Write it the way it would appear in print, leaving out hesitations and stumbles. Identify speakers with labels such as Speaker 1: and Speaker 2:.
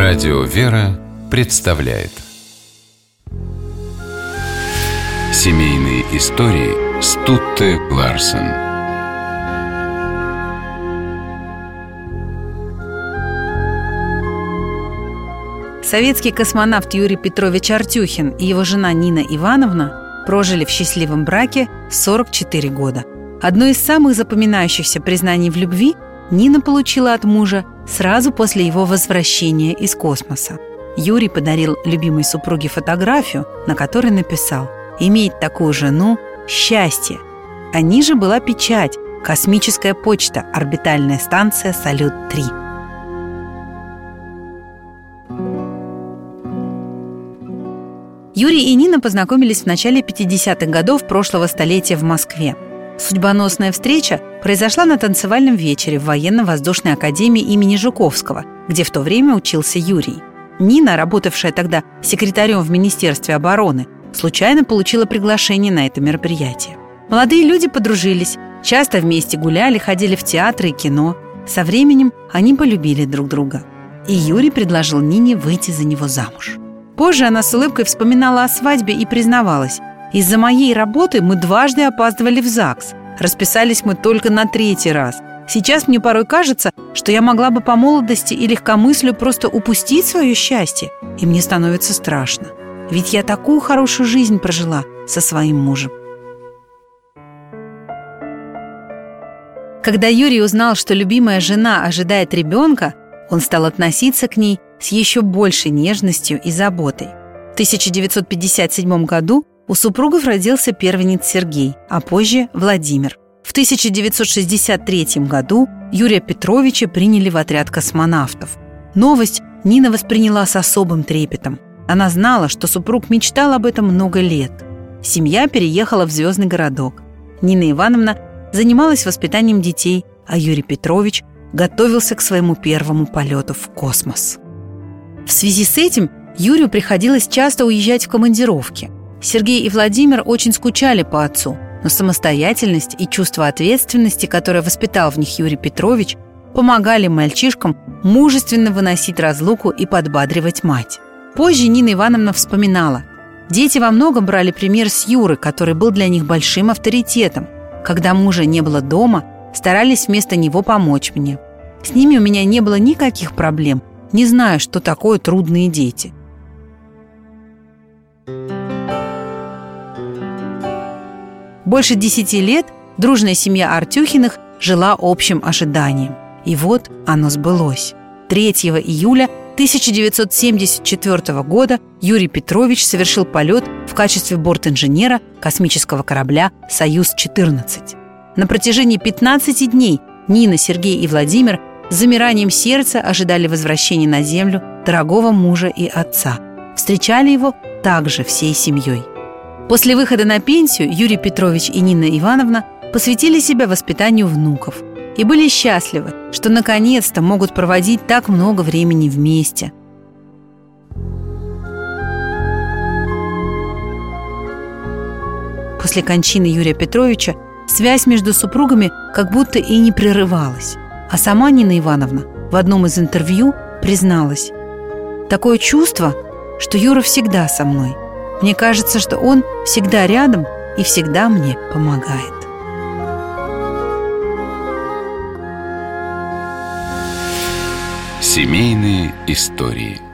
Speaker 1: Радио «Вера» представляет семейные истории Стутте Ларсен.
Speaker 2: Советский космонавт Юрий Петрович Артюхин и его жена Нина Ивановна прожили в счастливом браке 44 года. Одно из самых запоминающихся признаний в любви Нина получила от мужа сразу после его возвращения из космоса. Юрий подарил любимой супруге фотографию, на которой написал: «Иметь такую жену – счастье». А ниже была печать «Космическая почта, орбитальная станция «Салют-3». Юрий и Нина познакомились в начале 50-х годов прошлого столетия в Москве. Судьбоносная встреча произошла на танцевальном вечере в военно-воздушной академии имени Жуковского, где в то время учился Юрий. Нина, работавшая тогда секретарем в Министерстве обороны, случайно получила приглашение на это мероприятие. Молодые люди подружились, часто вместе гуляли, ходили в театры и кино. Со временем они полюбили друг друга. И Юрий предложил Нине выйти за него замуж. Позже она с улыбкой вспоминала о свадьбе и признавалась: «Из-за моей работы мы дважды опаздывали в ЗАГС. Расписались мы только на 3-й раз. Сейчас мне порой кажется, что я могла бы по молодости и легкомыслию просто упустить свое счастье, и мне становится страшно. Ведь я такую хорошую жизнь прожила со своим мужем». Когда Юрий узнал, что любимая жена ожидает ребенка, он стал относиться к ней с еще большей нежностью и заботой. В 1957 году у супругов родился первенец Сергей, а позже Владимир. В 1963 году Юрия Петровича приняли в отряд космонавтов. Новость Нина восприняла с особым трепетом. Она знала, что супруг мечтал об этом много лет. Семья переехала в звездный городок. Нина Ивановна занималась воспитанием детей, а Юрий Петрович готовился к своему первому полету в космос. В связи с этим Юрию приходилось часто уезжать в командировки. Сергей и Владимир очень скучали по отцу, но самостоятельность и чувство ответственности, которое воспитал в них Юрий Петрович, помогали мальчишкам мужественно выносить разлуку и подбадривать мать. Позже Нина Ивановна вспоминала: «Дети во многом брали пример с Юры, который был для них большим авторитетом. Когда мужа не было дома, старались вместо него помочь мне. С ними у меня не было никаких проблем, не знаю, что такое трудные дети». Больше 10 лет дружная семья Артюхиных жила общим ожиданием. И вот оно сбылось. 3 июля 1974 года Юрий Петрович совершил полет в качестве бортинженера космического корабля «Союз-14». На протяжении 15 дней Нина, Сергей и Владимир с замиранием сердца ожидали возвращения на Землю дорогого мужа и отца. Встречали его также всей семьей. После выхода на пенсию Юрий Петрович и Нина Ивановна посвятили себя воспитанию внуков и были счастливы, что наконец-то могут проводить так много времени вместе. После кончины Юрия Петровича связь между супругами как будто и не прерывалась. А сама Нина Ивановна в одном из интервью призналась: «Такое чувство, что Юра всегда со мной. Мне кажется, что он всегда рядом и всегда мне помогает».
Speaker 1: Семейные истории.